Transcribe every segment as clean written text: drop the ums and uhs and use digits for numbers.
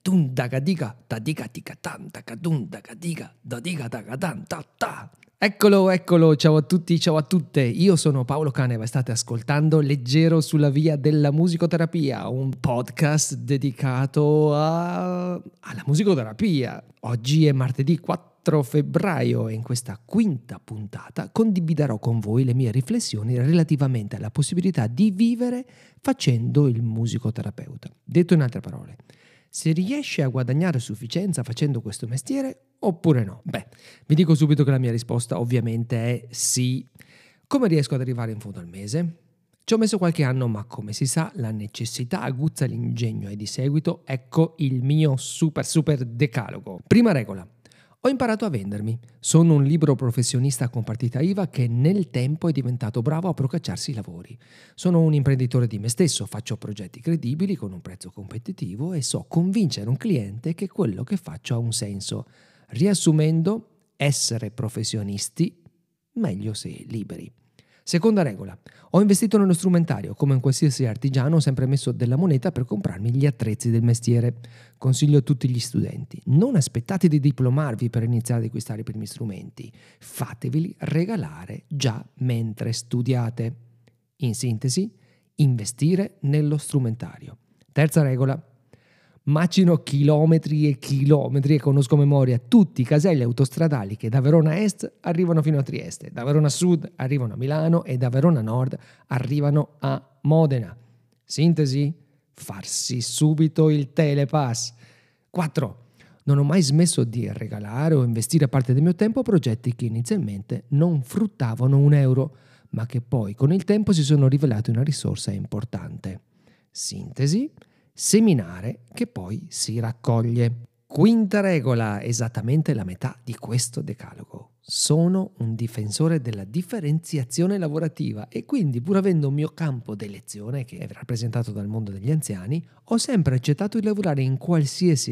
tun dagadiga da diga diga tan dagadun dagadiga da diga dagadan ta ta. Eccolo, ciao a tutti, ciao a tutte. Io sono Paolo Caneva e state ascoltando Leggero sulla via della musicoterapia, un podcast dedicato alla musicoterapia. Oggi è martedì 4 febbraio e in questa quinta puntata condividerò con voi le mie riflessioni relativamente alla possibilità di vivere facendo il musicoterapeuta. Detto in altre parole, si riesce a guadagnare sufficienza facendo questo mestiere oppure no? Vi dico subito che la mia risposta ovviamente è sì. Come riesco ad arrivare in fondo al mese? Ci ho messo qualche anno, ma come si sa, la necessità aguzza l'ingegno e di seguito ecco il mio super decalogo. Prima regola. Ho imparato a vendermi. Sono un libero professionista con partita IVA che nel tempo è diventato bravo a procacciarsi i lavori. Sono un imprenditore di me stesso, faccio progetti credibili con un prezzo competitivo e so convincere un cliente che quello che faccio ha un senso. Riassumendo, essere professionisti, meglio se liberi. Seconda regola. Ho investito nello strumentario. Come in qualsiasi artigiano ho sempre messo della moneta per comprarmi gli attrezzi del mestiere. Consiglio a tutti gli studenti: non aspettate di diplomarvi per iniziare ad acquistare i primi strumenti. Fateveli regalare già mentre studiate. In sintesi, investire nello strumentario. Terza regola. Macino chilometri e chilometri e conosco a memoria tutti i caselli autostradali che da Verona Est arrivano fino a Trieste, da Verona Sud arrivano a Milano e da Verona Nord arrivano a Modena. Sintesi? Farsi subito il telepass. 4. Non ho mai smesso di regalare o investire parte del mio tempo a progetti che inizialmente non fruttavano un euro, ma che poi con il tempo si sono rivelati una risorsa importante. Sintesi? Seminare che poi si raccoglie. Quinta regola, esattamente la metà di questo decalogo. Sono un difensore della differenziazione lavorativa e quindi, pur avendo un mio campo d'elezione che è rappresentato dal mondo degli anziani, ho sempre accettato di lavorare in qualsiasi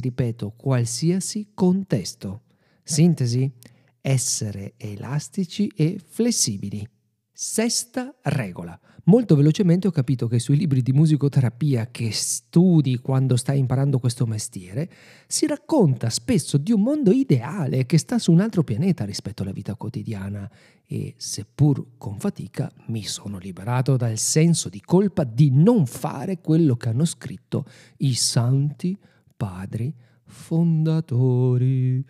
contesto. Sintesi? Essere elastici e flessibili. Sesta regola. Molto velocemente ho capito che sui libri di musicoterapia che studi quando stai imparando questo mestiere si racconta spesso di un mondo ideale che sta su un altro pianeta rispetto alla vita quotidiana e, seppur con fatica, mi sono liberato dal senso di colpa di non fare quello che hanno scritto i santi padri fondatori.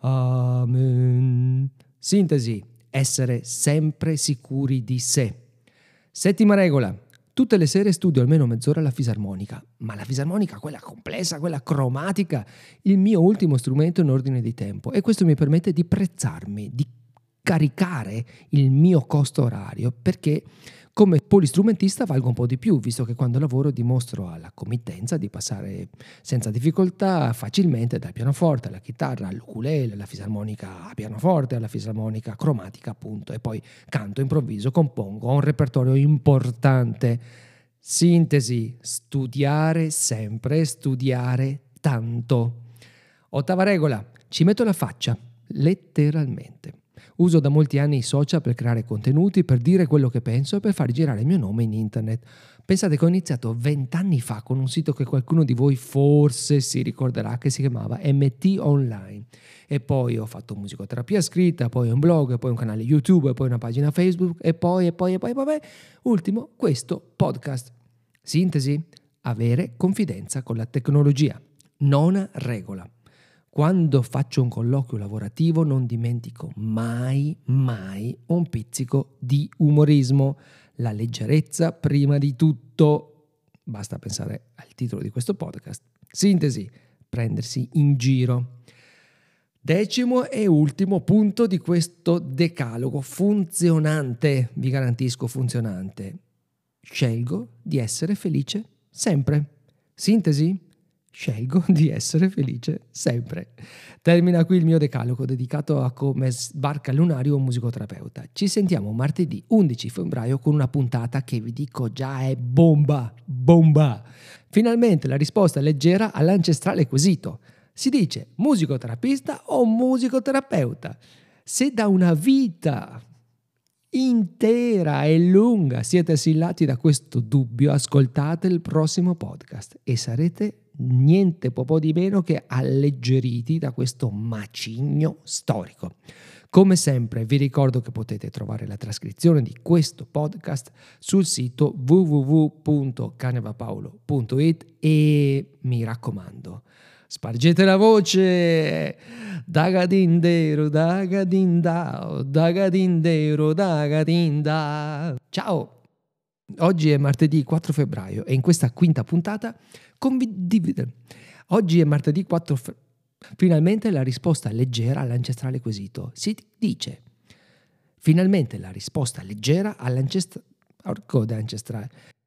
Amen. Sintesi. Essere sempre sicuri di sé. Settima regola. Tutte le sere studio almeno mezz'ora la fisarmonica, ma la fisarmonica, quella complessa, quella cromatica, il mio ultimo strumento in ordine di tempo, e questo mi permette di prezzarmi, di caricare il mio costo orario, perché come polistrumentista valgo un po' di più, visto che quando lavoro dimostro alla committenza di passare senza difficoltà facilmente dal pianoforte alla chitarra, all'ukulele, alla fisarmonica a pianoforte, alla fisarmonica cromatica appunto, e poi canto, improvviso, compongo, ho un repertorio importante. Sintesi, studiare sempre, studiare tanto. Ottava regola, ci metto la faccia, letteralmente. Uso da molti anni i social per creare contenuti, per dire quello che penso e per far girare il mio nome in internet. Pensate che ho iniziato 20 anni fa con un sito che qualcuno di voi forse si ricorderà che si chiamava MT Online. E poi ho fatto musicoterapia scritta, poi un blog, poi un canale YouTube, poi una pagina Facebook e poi, ultimo, questo podcast. Sintesi? Avere confidenza con la tecnologia. Nona regola. Quando faccio un colloquio lavorativo non dimentico mai un pizzico di umorismo. La leggerezza prima di tutto. Basta pensare al titolo di questo podcast. Sintesi, prendersi in giro. Decimo e ultimo punto di questo decalogo funzionante, vi garantisco funzionante. Scelgo di essere felice sempre. Sintesi? Scelgo di essere felice sempre. Termina qui il mio decalogo dedicato a come sbarca lunario un musicoterapeuta. Ci sentiamo martedì 11 febbraio con una puntata che vi dico già è bomba. Finalmente la risposta leggera all'ancestrale quesito. Si dice musicoterapista o musicoterapeuta? Se da una vita intera e lunga siete assillati da questo dubbio, ascoltate il prossimo podcast e sarete niente po' di meno che alleggeriti da questo macigno storico. Come sempre vi ricordo che potete trovare la trascrizione di questo podcast sul sito www.canevapaolo.it e mi raccomando, spargete la voce! Dagadindero, dagadindao, dagadindero, dagadinda. Ciao! Oggi è martedì 4 febbraio e in questa quinta puntata condividere. Oggi è martedì 4 febbraio. Finalmente la risposta leggera all'ancestrale quesito. Si dice finalmente la risposta leggera all'ancestrale.